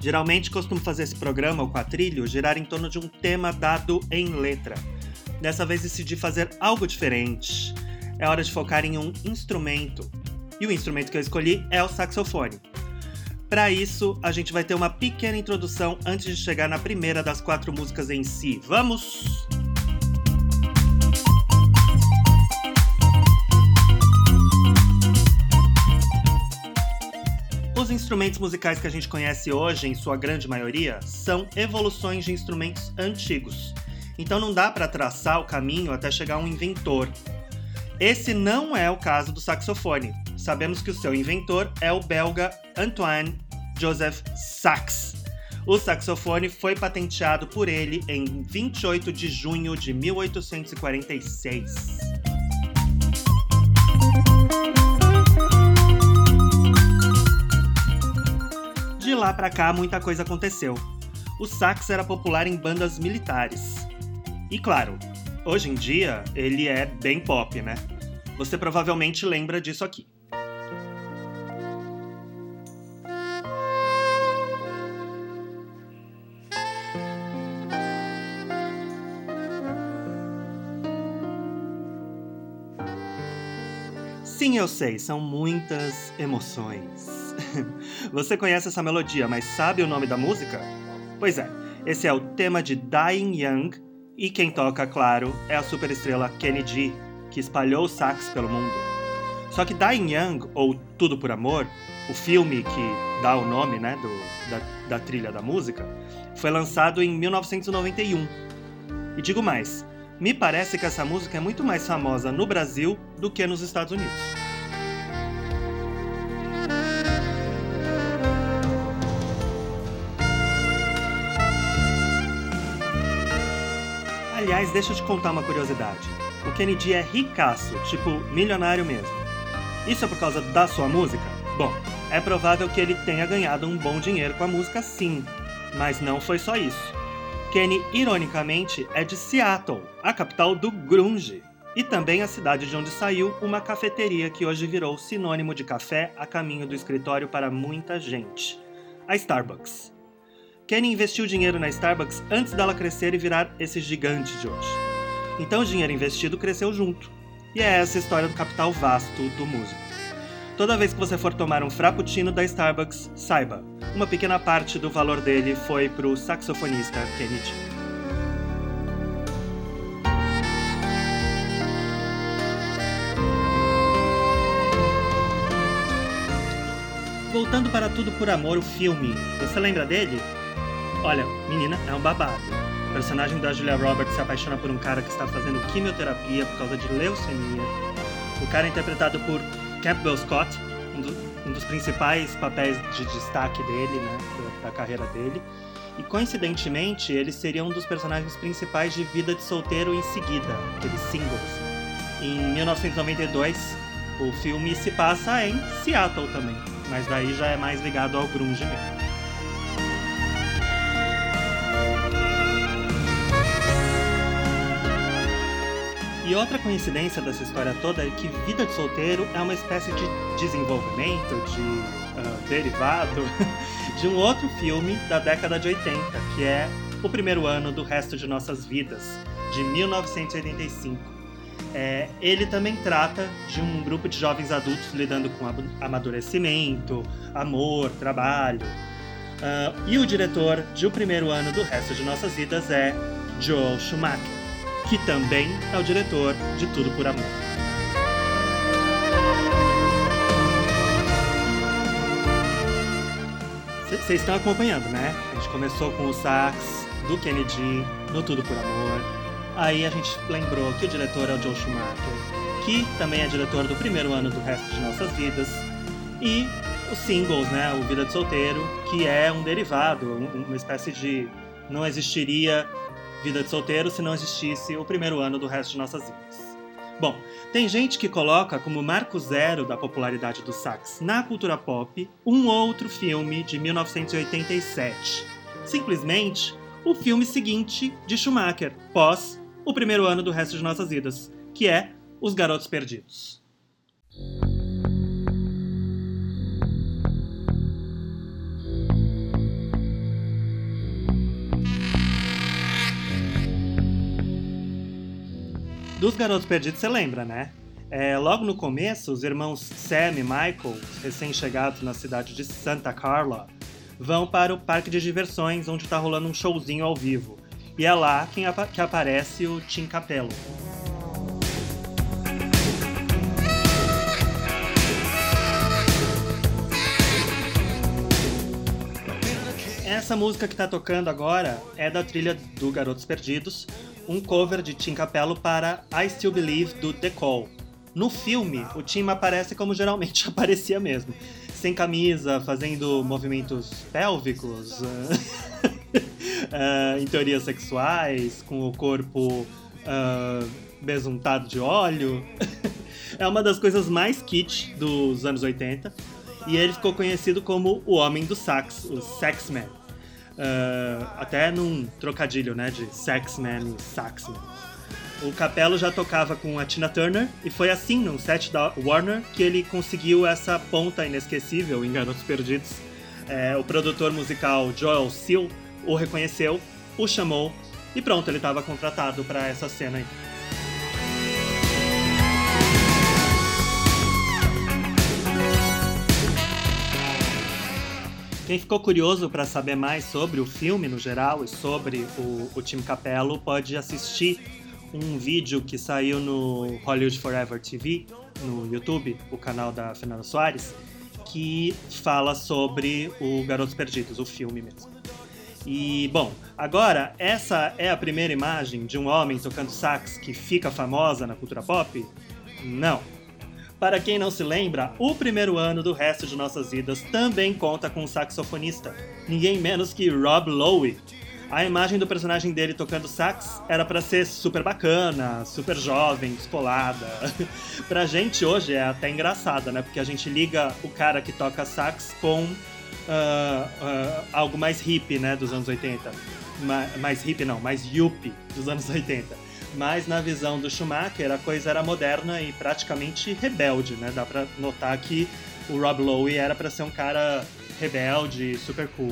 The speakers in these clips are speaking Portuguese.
Geralmente costumo fazer esse programa, o Quatrilho, girar em torno de um tema dado em letra. Dessa vez decidi fazer algo diferente. É hora de focar em um instrumento. E o instrumento que eu escolhi é o saxofone. Para isso, a gente vai ter uma pequena introdução antes de chegar na primeira das 4 músicas em si. Vamos! Os instrumentos musicais que a gente conhece hoje, em sua grande maioria, são evoluções de instrumentos antigos. Então não dá para traçar o caminho até chegar a um inventor. Esse não é o caso do saxofone. Sabemos que o seu inventor é o belga Antoine Joseph Sax. O saxofone foi patenteado por ele em 28 de junho de 1846. De lá pra cá, muita coisa aconteceu. O sax era popular em bandas militares. E claro, hoje em dia, ele é bem pop, né? Você provavelmente lembra disso aqui. Sim, eu sei, são muitas emoções. Você conhece essa melodia, mas sabe o nome da música? Pois é, esse é o tema de Dying Young, e quem toca, claro, é a superestrela Kenny G, que espalhou o sax pelo mundo. Só que Dying Young, ou Tudo por Amor, o filme que dá o nome, né, da trilha da música, foi lançado em 1991. E digo mais, me parece que essa música é muito mais famosa no Brasil do que nos Estados Unidos. Aliás, deixa eu te contar uma curiosidade. O Kennedy é ricaço, tipo milionário mesmo. Isso é por causa da sua música? Bom, é provável que ele tenha ganhado um bom dinheiro com a música sim, mas não foi só isso. Kenny, ironicamente, é de Seattle, a capital do grunge, e também a cidade de onde saiu uma cafeteria que hoje virou sinônimo de café a caminho do escritório para muita gente, a Starbucks. Kenny investiu dinheiro na Starbucks antes dela crescer e virar esse gigante de hoje. Então o dinheiro investido cresceu junto. E é essa a história do capital vasto do músico. Toda vez que você for tomar um frappuccino da Starbucks, saiba, uma pequena parte do valor dele foi pro saxofonista Kenny G. Voltando para Tudo por Amor, o filme, você lembra dele? Olha, menina, é um babado. O personagem da Julia Roberts se apaixona por um cara que está fazendo quimioterapia por causa de leucemia. O cara é interpretado por Campbell Scott, um dos principais papéis de destaque dele, né, da carreira dele. E coincidentemente, ele seria um dos personagens principais de Vida de Solteiro em Seguida, aqueles singles. Em 1992, o filme se passa em Seattle também, mas daí já é mais ligado ao grunge mesmo. E outra coincidência dessa história toda é que Vida de Solteiro é uma espécie de desenvolvimento, de derivado de um outro filme da década de 80, que é O Primeiro Ano do Resto de Nossas Vidas, de 1985. Ele também trata de um grupo de jovens adultos lidando com amadurecimento, amor, trabalho. E o diretor de O Primeiro Ano do Resto de Nossas Vidas é Joel Schumacher, que também é o diretor de Tudo por Amor. Vocês estão acompanhando, né? A gente começou com o sax do Kenny G no Tudo por Amor. Aí a gente lembrou que o diretor é o Joel Schumacher, que também é diretor do Primeiro Ano do Resto de Nossas Vidas. E os singles, né? O Vida de Solteiro, que é um derivado, uma espécie de... Não existiria Vida de Solteiro se não existisse O Primeiro Ano do Resto de Nossas Vidas. Bom, tem gente que coloca como marco zero da popularidade do sax na cultura pop um outro filme de 1987. Simplesmente o filme seguinte de Schumacher, pós O Primeiro Ano do Resto de Nossas Vidas, que é Os Garotos Perdidos. Dos Garotos Perdidos você lembra, né? Logo no começo, os irmãos Sam e Michael, recém-chegados na cidade de Santa Carla, vão para o parque de diversões, onde tá rolando um showzinho ao vivo. E é lá que aparece o Tim Capello. Essa música que tá tocando agora é da trilha do Garotos Perdidos, um cover de Tim Capello para I Still Believe do The Call. No filme, o Tim aparece como geralmente aparecia mesmo, sem camisa, fazendo movimentos pélvicos, em teorias sexuais, com o corpo besuntado de óleo. É uma das coisas mais kitsch dos anos 80. E ele ficou conhecido como o Homem do Sax, o Saxman. Até num trocadilho, né, de Saxman e Saxman. O Capello já tocava com a Tina Turner, e foi assim, num set da Warner, que ele conseguiu essa ponta inesquecível em Garotos Perdidos. O produtor musical Joel Seal o reconheceu, o chamou, e pronto, ele estava contratado para essa cena aí. Quem ficou curioso para saber mais sobre o filme no geral e sobre o Tim Capello pode assistir um vídeo que saiu no Hollywood Forever TV, no YouTube, o canal da Fernanda Soares, que fala sobre o Garotos Perdidos, o filme mesmo. E, bom, agora, essa é a primeira imagem de um homem tocando sax que fica famosa na cultura pop? Não. Para quem não se lembra, o primeiro ano do Resto de Nossas Vidas também conta com um saxofonista, ninguém menos que Rob Lowe. A imagem do personagem dele tocando sax era pra ser super bacana, super jovem, descolada. Pra gente hoje é até engraçada, né? Porque a gente liga o cara que toca sax com algo mais hippie, né? Dos anos 80. Mais hippie não, mais yuppie dos anos 80. Mas na visão do Schumacher a coisa era moderna e praticamente rebelde, né? Dá pra notar que o Rob Lowe era pra ser um cara rebelde, super cool.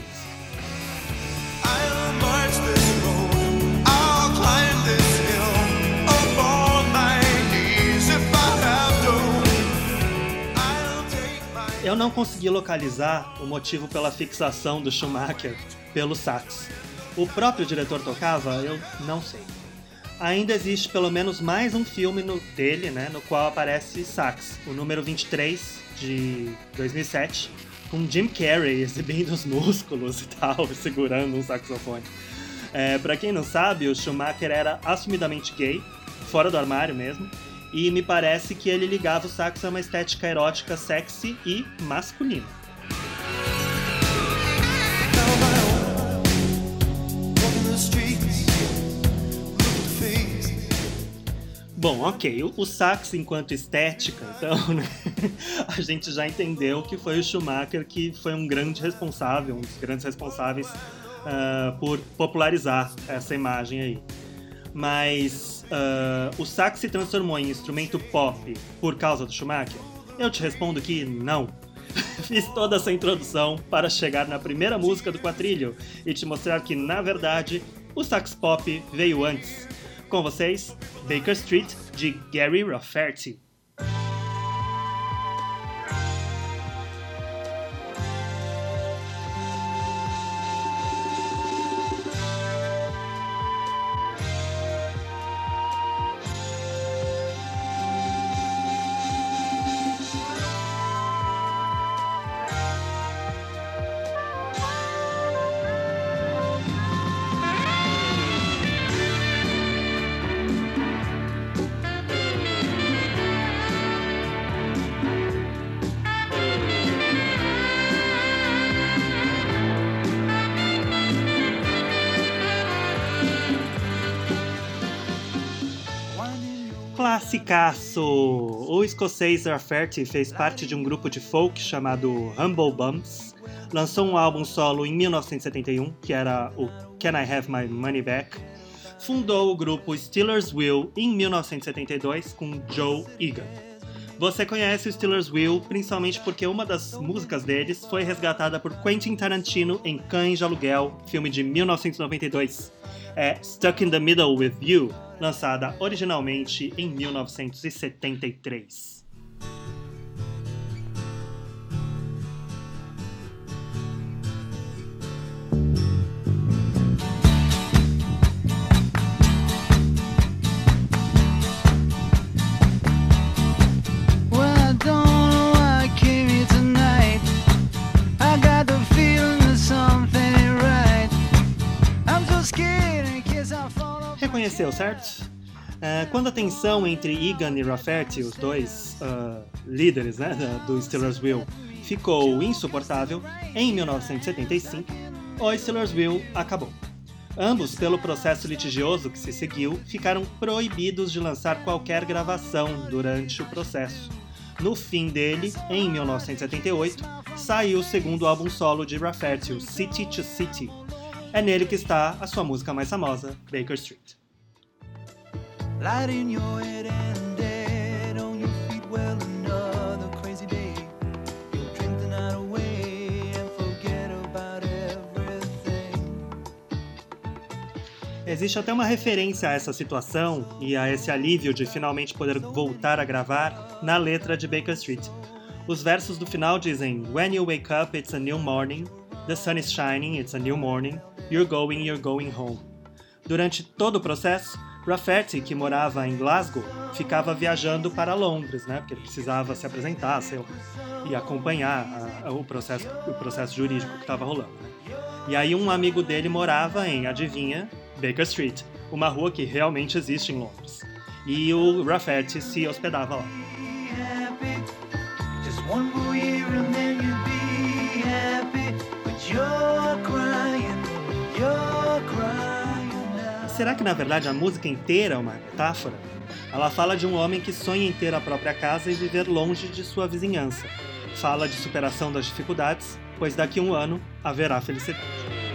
Eu não consegui localizar o motivo pela fixação do Schumacher pelo sax. O próprio diretor tocava? Eu não sei. Ainda existe pelo menos mais um filme dele, né, no qual aparece sax, o número 23, de 2007, com Jim Carrey exibindo os músculos e tal, segurando um saxofone. Pra quem não sabe, o Schumacher era assumidamente gay, fora do armário mesmo, e me parece que ele ligava o sax a uma estética erótica, sexy e masculina. Bom, ok, o sax enquanto estética, então, né, a gente já entendeu que foi o Schumacher que foi um dos grandes responsáveis por popularizar essa imagem aí. Mas o sax se transformou em instrumento pop por causa do Schumacher? Eu te respondo que não. Fiz toda essa introdução para chegar na primeira música do quadrilho e te mostrar que, na verdade, o sax pop veio antes. Com vocês, Baker Street, de Gary Rafferty. Classicaço! O escocês Rafferty fez parte de um grupo de folk chamado Humble Bums, lançou um álbum solo em 1971, que era o Can I Have My Money Back, fundou o grupo Stealers Wheel em 1972 com Joe Egan. Você conhece o Stealers Wheel principalmente porque uma das músicas deles foi resgatada por Quentin Tarantino em Cães de Aluguel, filme de 1992. É Stuck in the Middle with You, lançada originalmente em 1973. Reconheceu, certo? Quando a tensão entre Egan e Rafferty, os dois líderes, né, do Stealers Wheel, ficou insuportável, em 1975, o Stealers Wheel acabou. Ambos, pelo processo litigioso que se seguiu, ficaram proibidos de lançar qualquer gravação durante o processo. No fim dele, em 1978, saiu o segundo álbum solo de Rafferty, o City to City. É nele que está a sua música mais famosa, Baker Street. Light in your head and dead on your feet, well, another crazy day. You'll drink the night away and forget about everything. Existe até uma referência a essa situação e a esse alívio de finalmente poder voltar a gravar na letra de Baker Street. Os versos do final dizem: When you wake up, it's a new morning. The sun is shining, it's a new morning. You're going home. Durante todo o processo, Rafferty, que morava em Glasgow, ficava viajando para Londres, né? Porque ele precisava se apresentar, sei lá, e acompanhar o processo jurídico que estava rolando. Né? E aí um amigo dele morava em, adivinha, Baker Street, uma rua que realmente existe em Londres. E o Rafferty se hospedava lá. Será que na verdade a música inteira é uma metáfora? Ela fala de um homem que sonha em ter a própria casa e viver longe de sua vizinhança. Fala de superação das dificuldades, pois daqui a um ano haverá felicidade.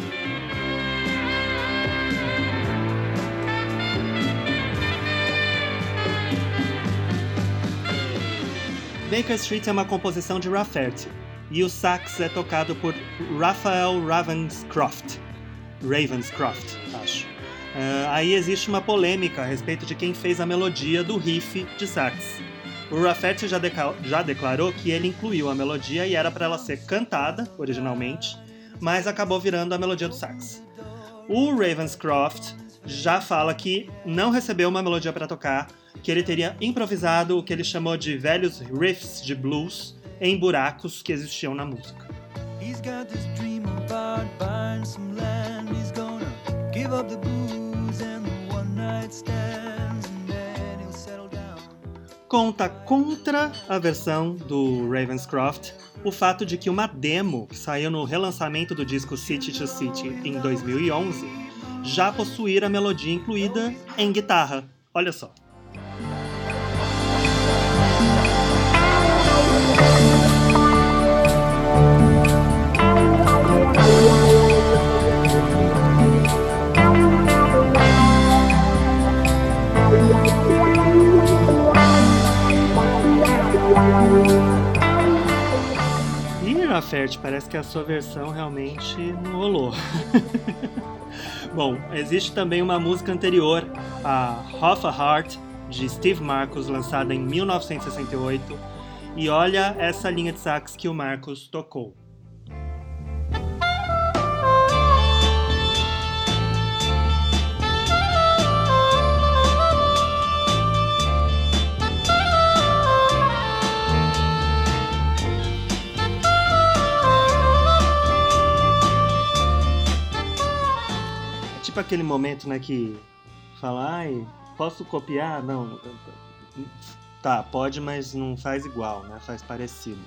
Baker Street é uma composição de Rafferty, e o sax é tocado por Raphael Ravenscroft, acho. Aí existe uma polêmica a respeito de quem fez a melodia do riff de sax. O Rafferty já declarou que ele incluiu a melodia e era para ela ser cantada, originalmente, mas acabou virando a melodia do sax. O Ravenscroft já fala que não recebeu uma melodia para tocar, que ele teria improvisado o que ele chamou de velhos riffs de blues em buracos que existiam na música. He's got this dream about buying some land. He's gonna give up the booze and the one night stands and then he'll settle down. Conta contra a versão do Ravenscroft o fato de que uma demo que saiu no relançamento do disco City to City em 2011 já possuía a melodia incluída em guitarra. Olha só. Rafferty, parece que a sua versão realmente não rolou. Bom, existe também uma música anterior, a Half a Heart, de Steve Marcus, lançada em 1968, e olha essa linha de sax que o Marcus tocou. Tipo aquele momento, né, que fala, ai, posso copiar? Não, tá, pode, mas não faz igual, né, faz parecido.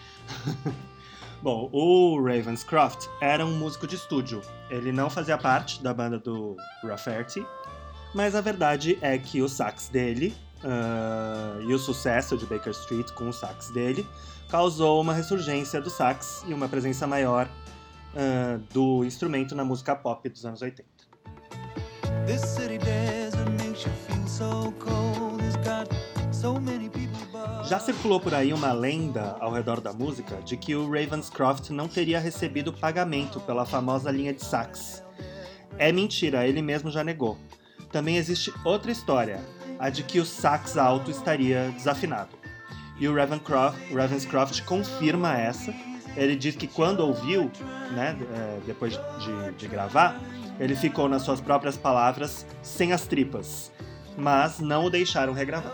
Bom, o Ravenscroft era um músico de estúdio, ele não fazia parte da banda do Rafferty, mas a verdade é que o sax dele e o sucesso de Baker Street com o sax dele causou uma ressurgência do sax e uma presença maior do instrumento na música pop dos anos 80. Já circulou por aí uma lenda ao redor da música de que o Ravenscroft não teria recebido pagamento pela famosa linha de sax. É mentira, ele mesmo já negou. também existe outra história, a de que o sax alto estaria desafinado. E o Ravenscroft confirma essa. Ele diz que quando ouviu, né, depois de gravar, ele ficou, nas suas próprias palavras, sem as tripas, mas não o deixaram regravar.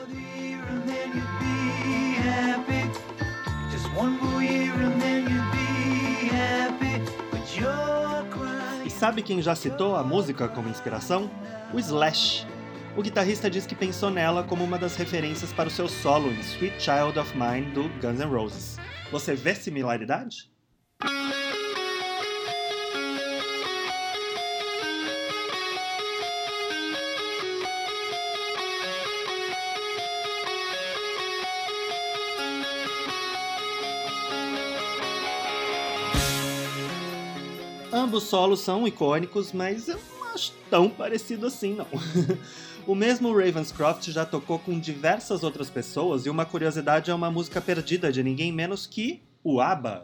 E sabe quem já citou a música como inspiração? O Slash. O guitarrista diz que pensou nela como uma das referências para o seu solo em Sweet Child of Mine do Guns N' Roses. Você vê similaridade? Ambos solos são icônicos, mas eu não acho tão parecido assim, não. O mesmo Ravenscroft já tocou com diversas outras pessoas, e uma curiosidade é uma música perdida de ninguém menos que o ABBA.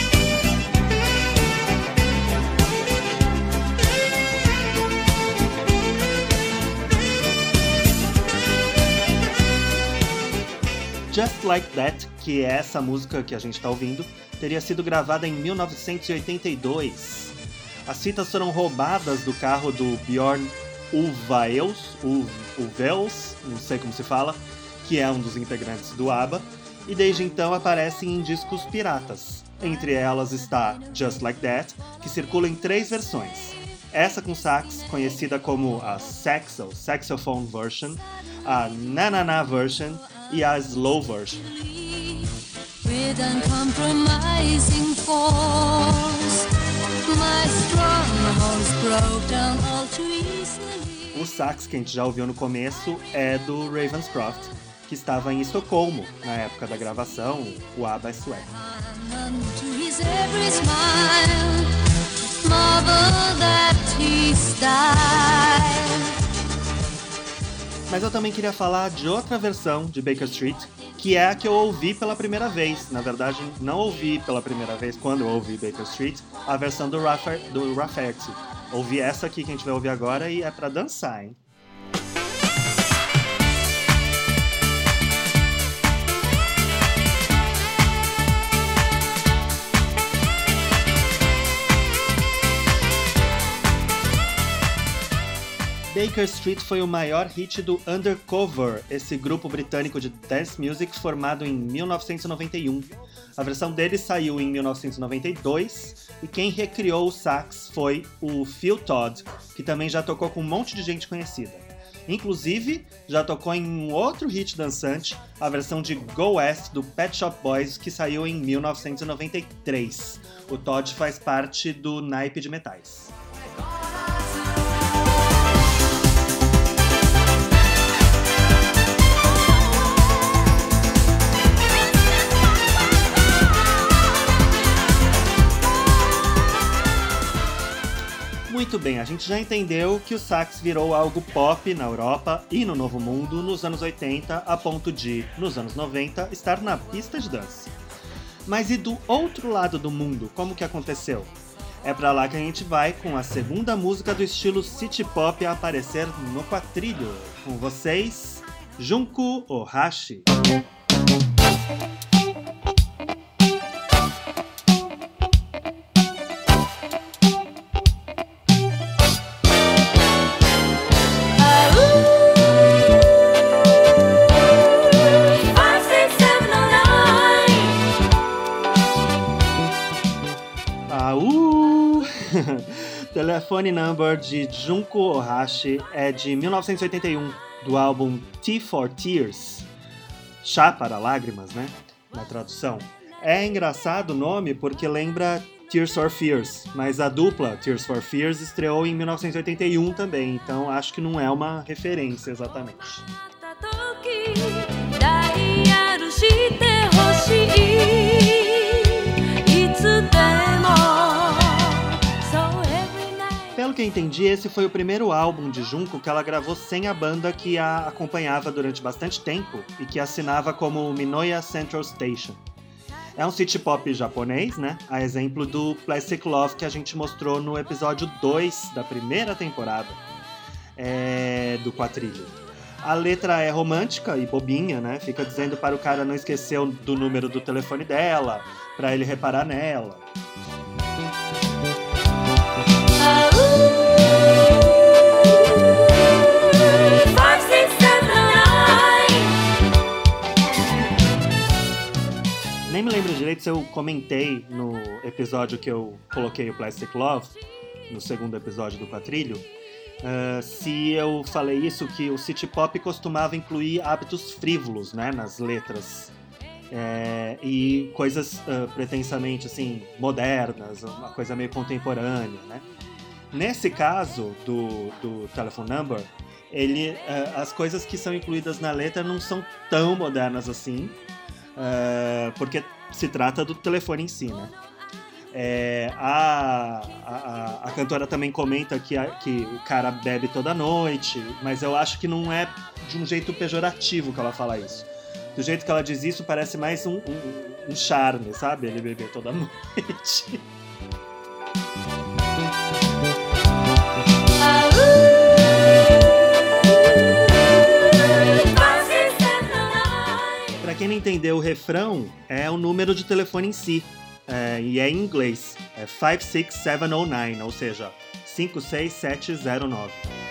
Just Like That, que é essa música que a gente está ouvindo, teria sido gravada em 1982. As fitas foram roubadas do carro do Björn Ulvaeus, não sei como se fala, que é um dos integrantes do ABBA, e desde então aparecem em discos piratas. Entre elas está Just Like That, que circula em 3 versões. Essa com sax, conhecida como a Saxophone Version, a Na-Na-Na Version e a Slow Version. With uncompromising force, my strongholds broke down all too easily. O sax que a gente já ouviu no começo é do Ravenscroft, que estava em Estocolmo na época da gravação. O ABBA é sueco. Mas eu também queria falar de outra versão de Baker Street, que é a que eu ouvi pela primeira vez. Na verdade, não ouvi pela primeira vez quando eu ouvi Baker Street, a versão do Rafferty. Ouvi essa aqui que a gente vai ouvir agora e é pra dançar, hein? Baker Street foi o maior hit do Undercover, esse grupo britânico de dance music formado em 1991. A versão deles saiu em 1992 e quem recriou o sax foi o Phil Todd, que também já tocou com um monte de gente conhecida. Inclusive, já tocou em um outro hit dançante, a versão de Go West do Pet Shop Boys, que saiu em 1993. O Todd faz parte do naipe de metais. Muito bem, a gente já entendeu que o sax virou algo pop na Europa e no Novo Mundo nos anos 80, a ponto de, nos anos 90, estar na pista de dança. Mas e do outro lado do mundo, como que aconteceu? É pra lá que a gente vai com a segunda música do estilo city pop a aparecer no quadrilho. Com vocês, Junko Ohashi. Telephone Number de Junko Ohashi é de 1981, do álbum Tea for Tears. Chá para lágrimas, né? Na tradução. É engraçado o nome porque lembra Tears for Fears, mas a dupla Tears for Fears estreou em 1981 também, então acho que não é uma referência exatamente. Pelo que eu entendi, esse foi o primeiro álbum de Junko que ela gravou sem a banda que a acompanhava durante bastante tempo e que assinava como Minoya Central Station. É um city pop japonês, né? A exemplo do Plastic Love que a gente mostrou no episódio 2 da primeira temporada. do quadrilho. A letra é romântica e bobinha, né? Fica dizendo para o cara não esquecer do número do telefone dela, para ele reparar nela. Nem me lembro direito se eu comentei no episódio que eu coloquei o Plastic Love, no segundo episódio do quadrilho, se eu falei isso, que o City Pop costumava incluir hábitos frívolos, né, nas letras. E coisas pretensamente assim, modernas, uma coisa meio contemporânea, né? Nesse caso do Telephone Number, as coisas que são incluídas na letra não são tão modernas assim, porque se trata do telefone em si, né? A cantora também comenta que o cara bebe toda noite, mas eu acho que não é de um jeito pejorativo que ela fala isso. Do jeito que ela diz isso, parece mais um charme, sabe? Ele beber toda noite. Pra quem não entendeu, o refrão é o número de telefone em si. E é em inglês. É 56709, ou seja, 56709.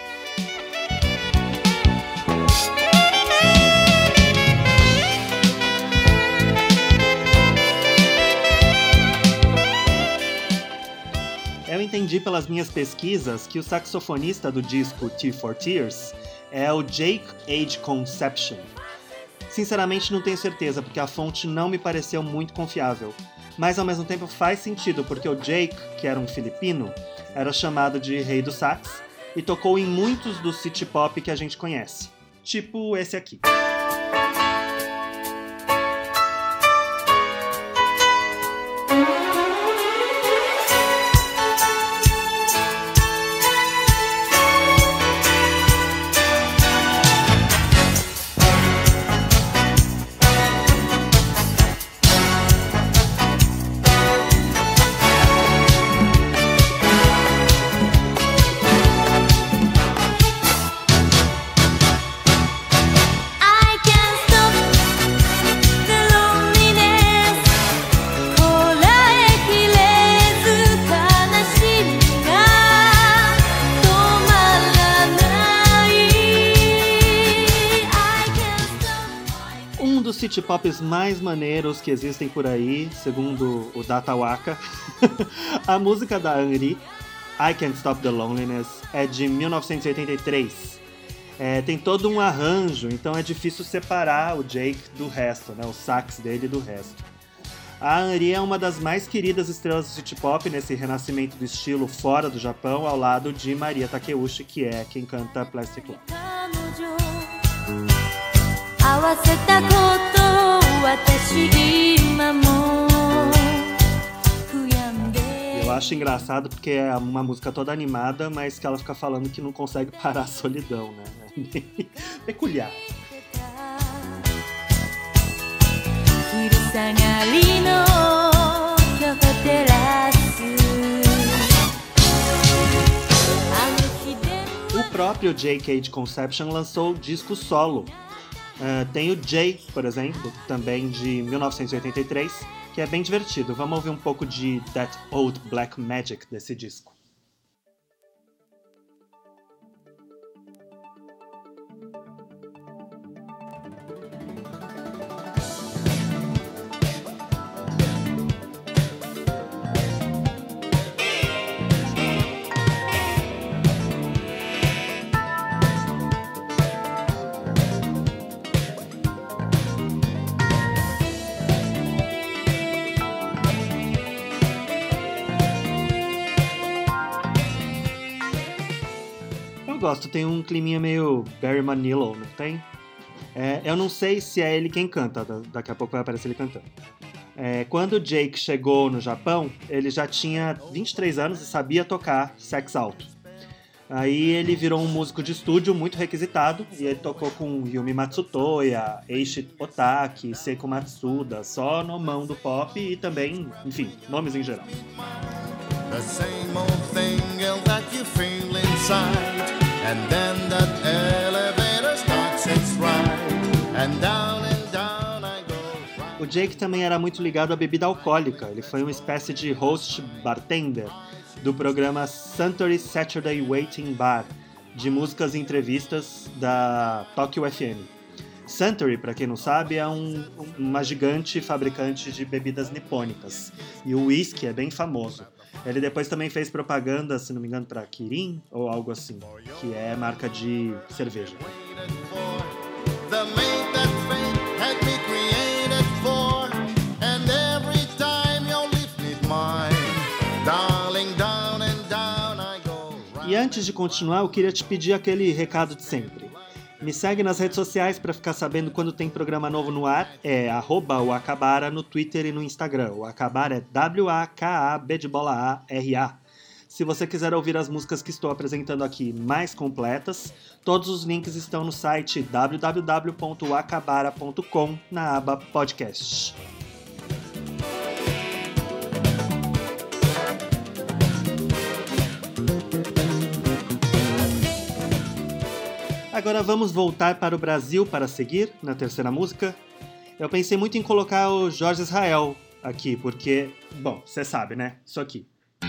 Eu entendi pelas minhas pesquisas que o saxofonista do disco Tear for Tears é o Jake Age Conception. Sinceramente não tenho certeza, porque a fonte não me pareceu muito confiável. Mas ao mesmo tempo faz sentido, porque o Jake, que era um filipino, era chamado de Rei do Sax e tocou em muitos dos city pop que a gente conhece. Tipo esse aqui. City pops mais maneiros que existem por aí, segundo o Data Waka. A música da Henri, I Can't Stop the Loneliness, é de 1983. Tem todo um arranjo, então é difícil separar o Jake do resto, né, o sax dele do resto. A Henri é uma das mais queridas estrelas do City Pop nesse renascimento do estilo fora do Japão, ao lado de Maria Takeuchi, que é quem canta Plastic Love. Eu acho engraçado porque é uma música toda animada, mas que ela fica falando que não consegue parar a solidão, né? É bem peculiar. O próprio Jake Age Conception lançou disco solo. Tem o Jay, por exemplo, também de 1983, que é bem divertido. Vamos ouvir um pouco de That Old Black Magic desse disco. Gosto, tem um climinha meio Barry Manilow, não tem? Eu não sei se é ele quem canta, daqui a pouco vai aparecer ele cantando. Quando o Jake chegou no Japão, ele já tinha 23 anos e sabia tocar sax alto. Aí ele virou um músico de estúdio muito requisitado, e ele tocou com Yumi Matsutoya, Eiichi Otaki, Seiko Matsuda, só no mão do pop e também, enfim, nomes em geral. The same old thing that you feel inside. and then that elevator starts its ride, and down I go. O Jake também era muito ligado à bebida alcoólica. Ele foi uma espécie de host bartender do programa Suntory Saturday Waiting Bar, de músicas e entrevistas da Tokyo FM. Suntory, para quem não sabe, é uma gigante fabricante de bebidas nipônicas. E o whisky é bem famoso. Ele depois também fez propaganda, se não me engano, para Kirin ou algo assim, que é marca de cerveja. E antes de continuar, eu queria te pedir aquele recado de sempre. Me segue nas redes sociais para ficar sabendo quando tem programa novo no ar. É @oacabara no Twitter e no Instagram. O Acabara é WAKABDBOLAARA. Se você quiser ouvir as músicas que estou apresentando aqui mais completas, todos os links estão no site www.acabara.com na aba Podcast. Agora vamos voltar para o Brasil para seguir na terceira música. Eu pensei muito em colocar o Jorge Israel aqui, porque, bom, você sabe, né? Isso aqui.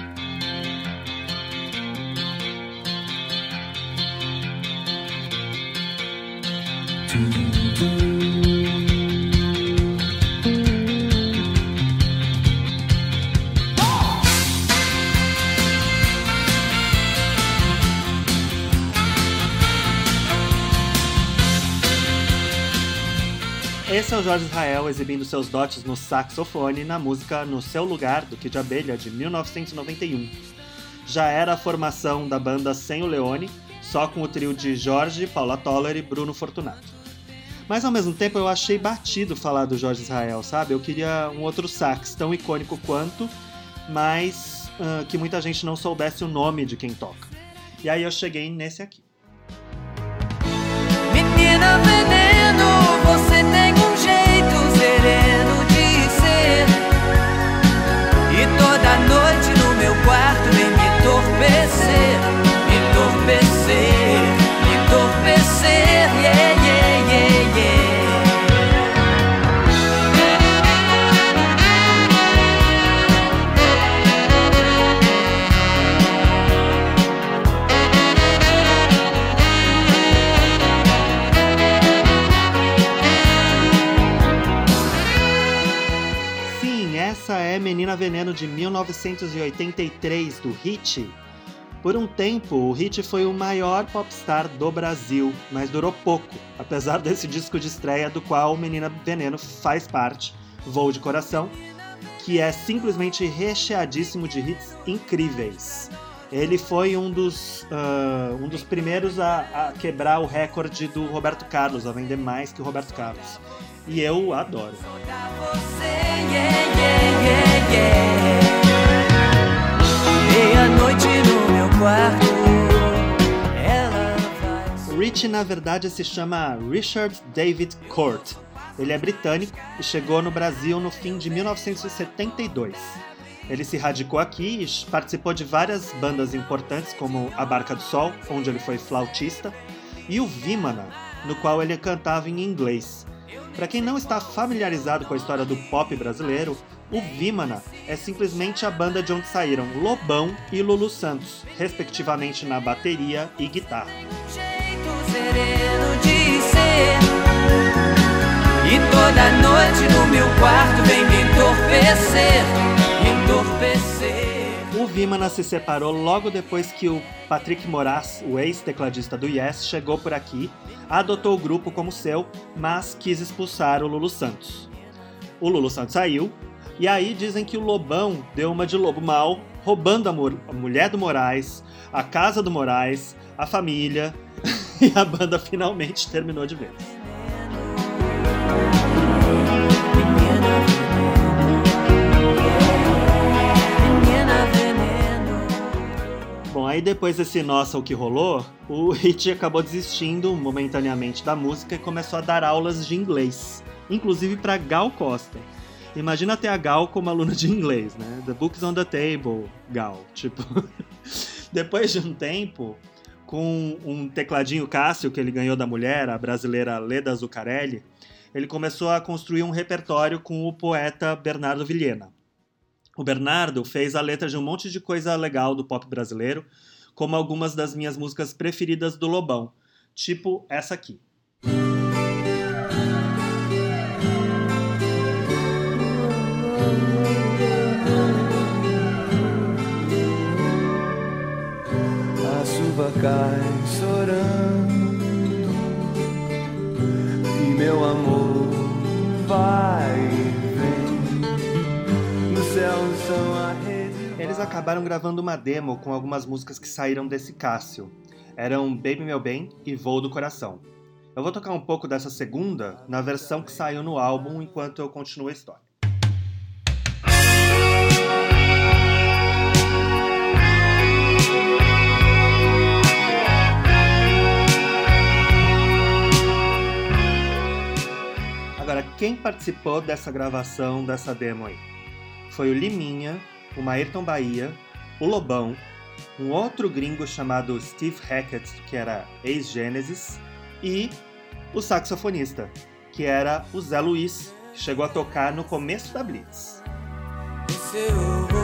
Esse é o Jorge Israel exibindo seus dotes no saxofone na música No Seu Lugar, do Kid Abelha, de 1991. Já era a formação da banda sem o Leone, só com o trio de Jorge, Paula Toller e Bruno Fortunato. Mas ao mesmo tempo eu achei batido falar do Jorge Israel, sabe? Eu queria um outro sax tão icônico quanto, mas que muita gente não soubesse o nome de quem toca. E aí eu cheguei nesse aqui. Menina veneno, você tem um jeito sereno de ser, e toda noite no meu quarto vem me entorpecer, yeah, yeah, yeah, yeah. Essa é Menina Veneno de 1983 do Hit. Por um tempo, o Hit foi o maior popstar do Brasil, mas durou pouco, apesar desse disco de estreia do qual Menina Veneno faz parte, Voo de Coração, que é simplesmente recheadíssimo de hits incríveis. Ele foi um dos primeiros a quebrar o recorde do Roberto Carlos, a vender mais que o Roberto Carlos. E eu adoro. Meia-noite no meu quarto. O Richie, na verdade, se chama Richard David Court. Ele é britânico e chegou no Brasil no fim de 1972. Ele se radicou aqui e participou de várias bandas importantes, como A Barca do Sol, onde ele foi flautista, e o Vimana, no qual ele cantava em inglês. Para quem não está familiarizado com a história do pop brasileiro, o Vimana é simplesmente a banda de onde saíram Lobão e Lulu Santos, respectivamente na bateria e guitarra. E toda noite no meu quarto vem me entorpecer. O Vimana se separou logo depois que o Patrick Moraz, o ex-tecladista do Yes, chegou por aqui, adotou o grupo como seu, mas quis expulsar o Lulu Santos. O Lulu Santos saiu, e aí dizem que o Lobão deu uma de lobo mau, roubando a mulher do Moraes, a casa do Moraes, a família, e a banda finalmente terminou de vez. Bom, aí depois desse Nossa, o que rolou, o Hit acabou desistindo momentaneamente da música e começou a dar aulas de inglês, inclusive para Gal Costa. Imagina ter a Gal como aluna de inglês, né? The book's on the table, Gal. Tipo, depois de um tempo, Com um tecladinho Cássio que ele ganhou da mulher, a brasileira Leda Zuccarelli, ele começou a construir um repertório com o poeta Bernardo Vilhena. O Bernardo fez a letra de um monte de coisa legal do pop brasileiro, como algumas das minhas músicas preferidas do Lobão, tipo essa aqui. A chuva cai chorando e meu amor vai e vem. No céu estão a rede. Eles acabaram gravando uma demo com algumas músicas que saíram desse Cássio. Eram Baby Meu Bem e Voo do Coração. Eu vou tocar um pouco dessa segunda na versão que saiu no álbum enquanto eu continuo a história. Agora, quem participou dessa gravação, dessa demo aí? Foi o Liminha, o Ayrton Bahia, o Lobão, um outro gringo chamado Steve Hackett, que era ex-Genesis, e o saxofonista, que era o Zé Luiz, que chegou a tocar no começo da Blitz. Seu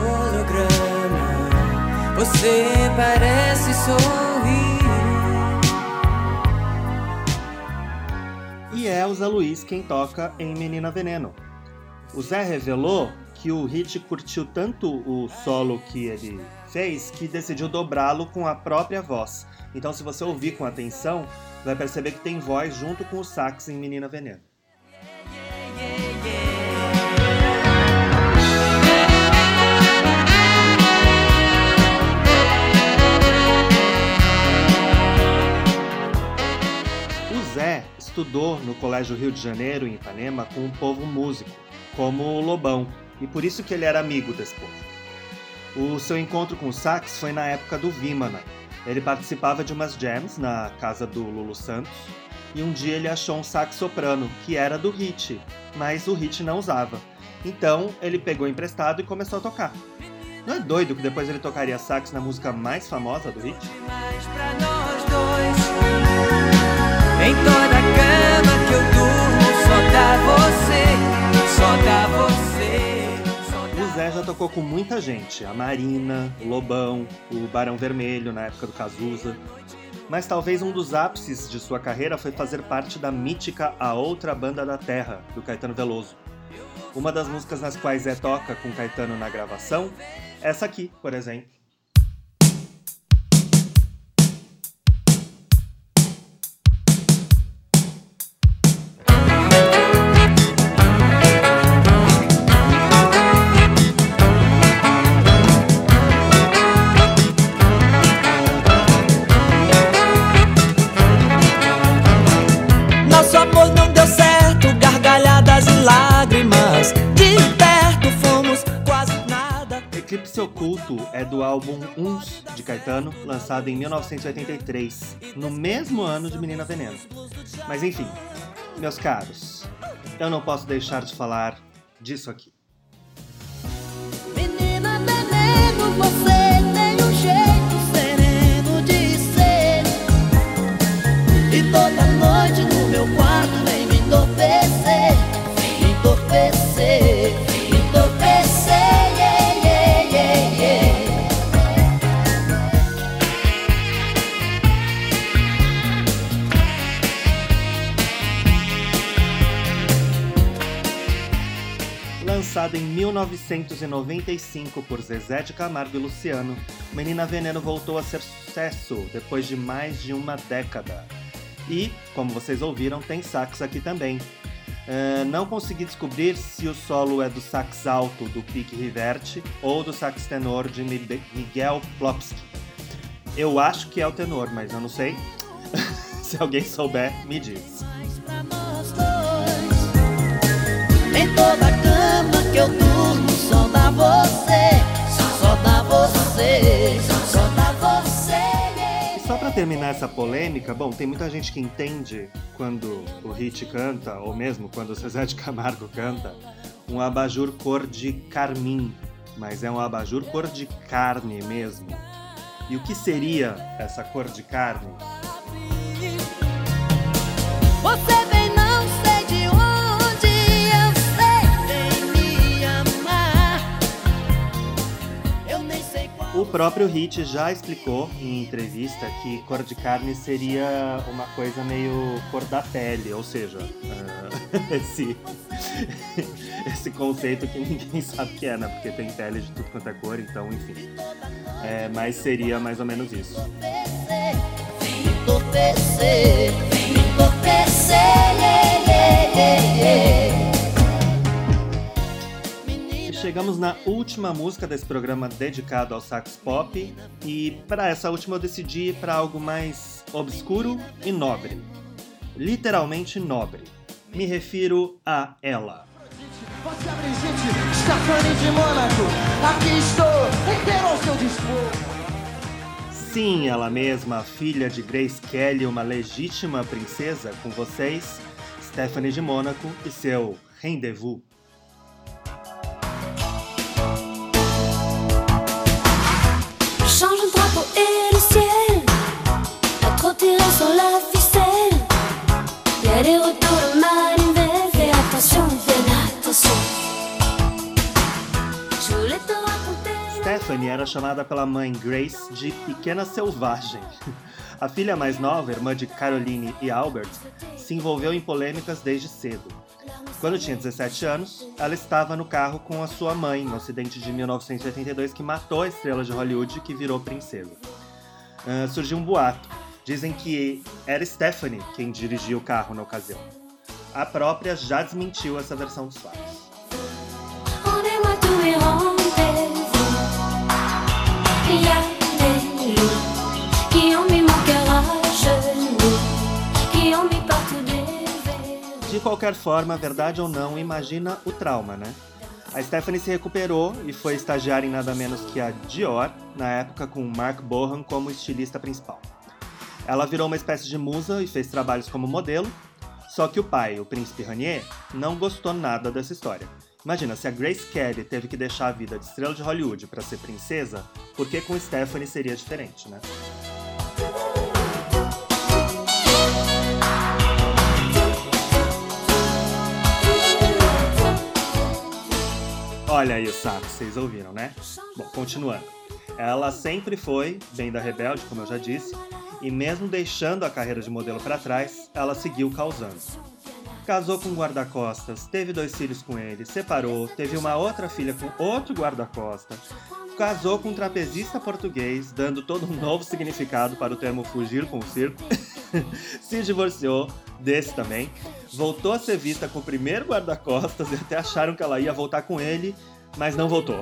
holograma, você parece sorrir. E é o Zé Luiz quem toca em Menina Veneno. O Zé revelou que o Hit curtiu tanto o solo que ele fez que decidiu dobrá-lo com a própria voz. Então, se você ouvir com atenção, vai perceber que tem voz junto com o sax em Menina Veneno. O Zé estudou no Colégio Rio de Janeiro, em Ipanema, com um povo músico, como o Lobão, e por isso que ele era amigo desse povo. O seu encontro com o sax foi na época do Vimana. Ele participava de umas jams na casa do Lulu Santos, e um dia ele achou um sax soprano, que era do Hit, mas o Hit não usava. Então ele pegou emprestado e começou a tocar. Não é doido que depois ele tocaria sax na música mais famosa do Hit? Mais pra nós dois. Em toda cama que eu durmo, só dá você, só dá você. O Zé já tocou com muita gente, a Marina, o Lobão, o Barão Vermelho na época do Cazuza. Mas talvez um dos ápices de sua carreira foi fazer parte da mítica A Outra Banda da Terra, do Caetano Veloso. Uma das músicas nas quais Zé toca com Caetano na gravação, essa aqui, por exemplo. Eclipse Oculto é do álbum Uns, de Caetano, lançado em 1983, no mesmo ano de Menina Veneno. Mas enfim, meus caros, eu não posso deixar de falar disso aqui. Menina Veneno, você tem um jeito sereno de ser, e toda noite no meu quarto vem me entorpecer, me entorpecer, me entorpecer. Lançado em 1995 por Zezé de Camargo e Luciano, Menina Veneno voltou a ser sucesso depois de mais de uma década. E, como vocês ouviram, tem sax aqui também. Não consegui descobrir se o solo é do sax alto do Pique Riverte ou do sax tenor de Miguel Plopski. Eu acho que é o tenor, mas eu não sei. Se alguém souber, me diz. Em toda cama que eu durmo, só dá você, só dá você, só dá você. E só pra terminar essa polêmica, bom, tem muita gente que entende quando o Hit canta, ou mesmo quando o Zezé de Camargo canta, um abajur cor de carmim, mas é um abajur cor de carne mesmo. E o que seria essa cor de carne? Você vem, não sei de onde, eu sei, vem me amar. Eu nem sei qual. O próprio Hit já explicou em entrevista que cor de carne seria uma coisa meio cor da pele, ou seja, esse conceito que ninguém sabe o que é, né? Porque tem pele de tudo quanto é cor, então, enfim. Mas seria mais ou menos isso. Vem entorpecer, vem entorpecer, yeah, yeah, yeah. E chegamos na última música desse programa dedicado ao sax pop, e para essa última eu decidi ir para algo mais obscuro e nobre. Literalmente nobre. Me refiro a ela. Você é Brigitte, Stephanie de Mônaco. Aqui estou, inteiro ao seu dispor. Sim, ela mesma, a filha de Grace Kelly, uma legítima princesa, com vocês, Stephanie de Mônaco e seu Rendezvous. Change le drapeau et le ciel, à trop tirer sur la ficelle. Y'a des retours de manivelle, fais attention, je voulais te raconter. Stephanie era chamada pela mãe Grace de Pequena Selvagem. A filha mais nova, irmã de Caroline e Albert, se envolveu em polêmicas desde cedo. Quando tinha 17 anos, ela estava no carro com a sua mãe, no acidente de 1982 que matou a estrela de Hollywood que virou princesa. Surgiu um boato. Dizem que era Stephanie quem dirigia o carro na ocasião. A própria já desmentiu essa versão dos fatos. Rendez-moi tous mes rendez-vous. Il y a des loups qui ont mis mon cœur à genoux, qui ont mis partout des verres. De qualquer forma, verdade ou não, imagina o trauma, né? A Stephanie se recuperou e foi estagiar em nada menos que a Dior, na época com Marc Bohan como estilista principal. Ela virou uma espécie de musa e fez trabalhos como modelo, só que o pai, o príncipe Ranier, não gostou nada dessa história. Imagina, se a Grace Kelly teve que deixar a vida de estrela de Hollywood para ser princesa, por que com Stephanie seria diferente, né? Olha aí o saco, vocês ouviram, né? Bom, continuando. Ela sempre foi bem da rebelde, como eu já disse, e mesmo deixando a carreira de modelo para trás, ela seguiu causando. Casou com um guarda-costas, teve 2 filhos com ele, separou, teve uma outra filha com outro guarda-costas, casou com um trapezista português, dando todo um novo significado para o termo fugir com o circo, se divorciou desse também, voltou a ser vista com o primeiro guarda-costas e até acharam que ela ia voltar com ele, mas não voltou.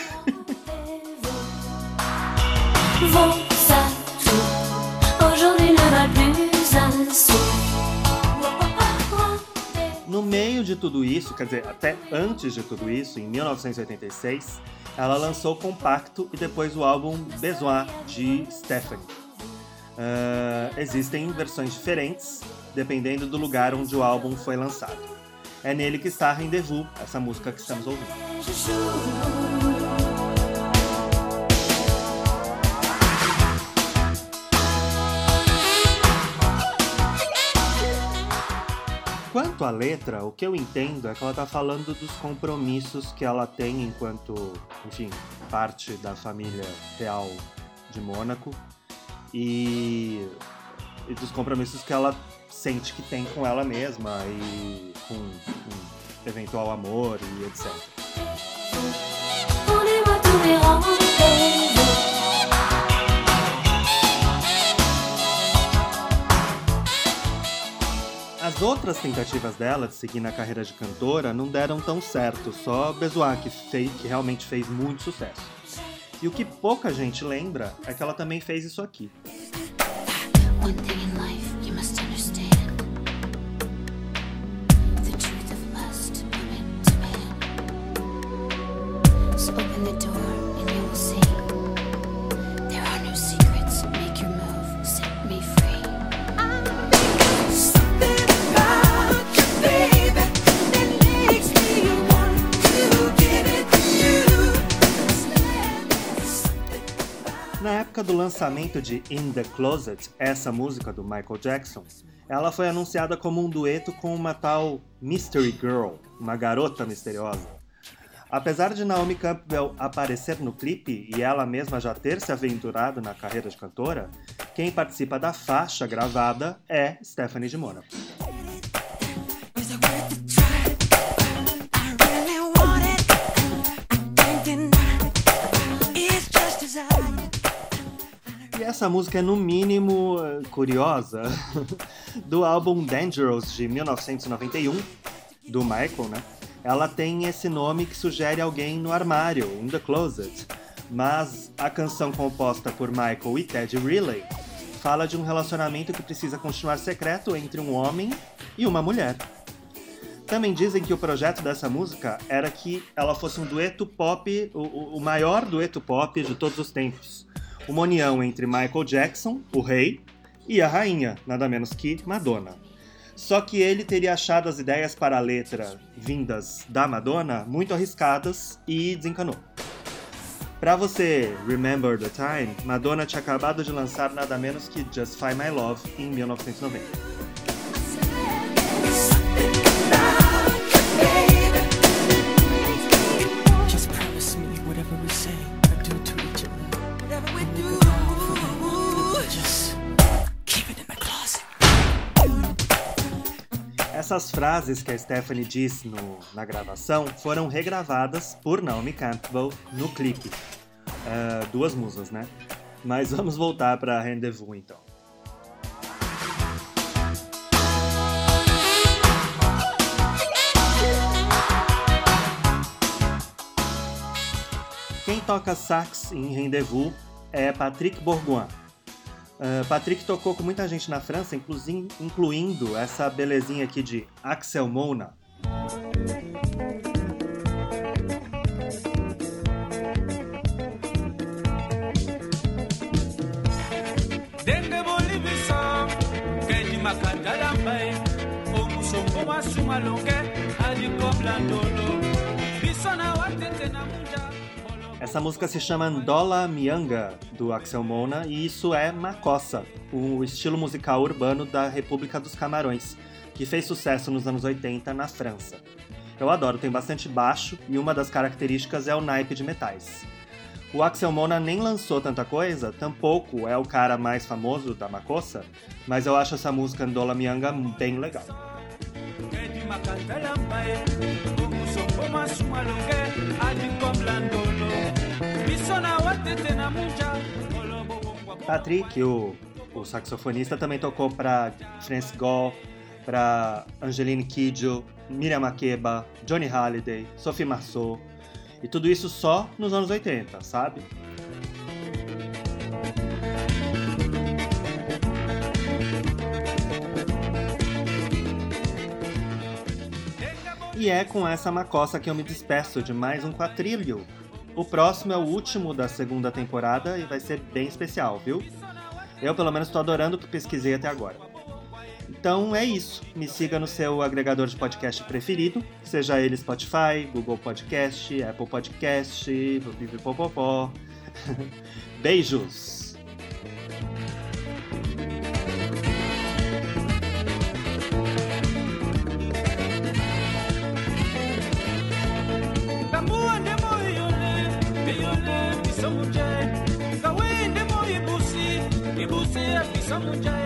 No meio de tudo isso, quer dizer, até antes de tudo isso, em 1986, ela lançou o compacto e depois o álbum Besoin, de Stephanie. Existem versões diferentes, dependendo do lugar onde o álbum foi lançado. É nele que está Rendezvous, essa música que estamos ouvindo. Quanto à letra, o que eu entendo é que ela tá falando dos compromissos que ela tem enquanto, enfim, parte da família real de Mônaco e dos compromissos que ela sente que tem com ela mesma e com eventual amor e etc. As outras tentativas dela de seguir na carreira de cantora não deram tão certo, só Besoin que realmente fez muito sucesso. E o que pouca gente lembra é que ela também fez isso aqui. One thing in life you must understand. The truth of lust, woman to man. So open the door and you will see. There are no secrets, make your move, set me free. Na época época do lançamento de In The Closet, essa música do Michael Jackson, ela foi anunciada como um dueto com uma tal Mystery Girl, uma garota misteriosa. Apesar de Naomi Campbell aparecer no clipe e ela mesma já ter se aventurado na carreira de cantora, quem participa da faixa gravada é Stephanie de Monaco. E essa música é no mínimo curiosa, do álbum Dangerous de 1991, do Michael, né? Ela tem esse nome que sugere alguém no armário, in the closet. Mas a canção composta por Michael e Ted Riley fala de um relacionamento que precisa continuar secreto entre um homem e uma mulher. Também dizem que o projeto dessa música era que ela fosse um dueto pop, o maior dueto pop de todos os tempos. Uma união entre Michael Jackson, o rei, e a rainha, nada menos que Madonna. Só que ele teria achado as ideias para a letra vindas da Madonna muito arriscadas e desencanou. Pra você remember the time, Madonna tinha acabado de lançar nada menos que Justify My Love em 1990. Essas frases que a Stephanie disse na gravação foram regravadas por Naomi Campbell no clipe. Duas musas, né? Mas vamos voltar para Rendezvous então. Quem toca sax em Rendezvous é Patrick Bourgoin. Patrick tocou com muita gente na França, incluindo essa belezinha aqui de Axel Mona. Essa música se chama Ndola Mianga, do Axel Mona, e isso é makossa, o estilo musical urbano da República dos Camarões, que fez sucesso nos anos 80 na França. Eu adoro, tem bastante baixo e uma das características é o naipe de metais. O Axel Mona nem lançou tanta coisa, tampouco é o cara mais famoso da makossa, mas eu acho essa música Ndola Mianga bem legal. Patrick, o saxofonista, também tocou para France Gall, para Angeline Kidjo, Miriam Makeba, Johnny Hallyday, Sophie Marceau, e tudo isso só nos anos 80, sabe? E é com essa makossa que eu me despeço de mais um quadrilho. O próximo é o último da segunda temporada e vai ser bem especial, viu? Eu, pelo menos, estou adorando o que pesquisei até agora. Então é isso. Me siga no seu agregador de podcast preferido, seja ele Spotify, Google Podcast, Apple Podcast, pipipopopó. Beijos! Ibusi, ibusi, ibusi,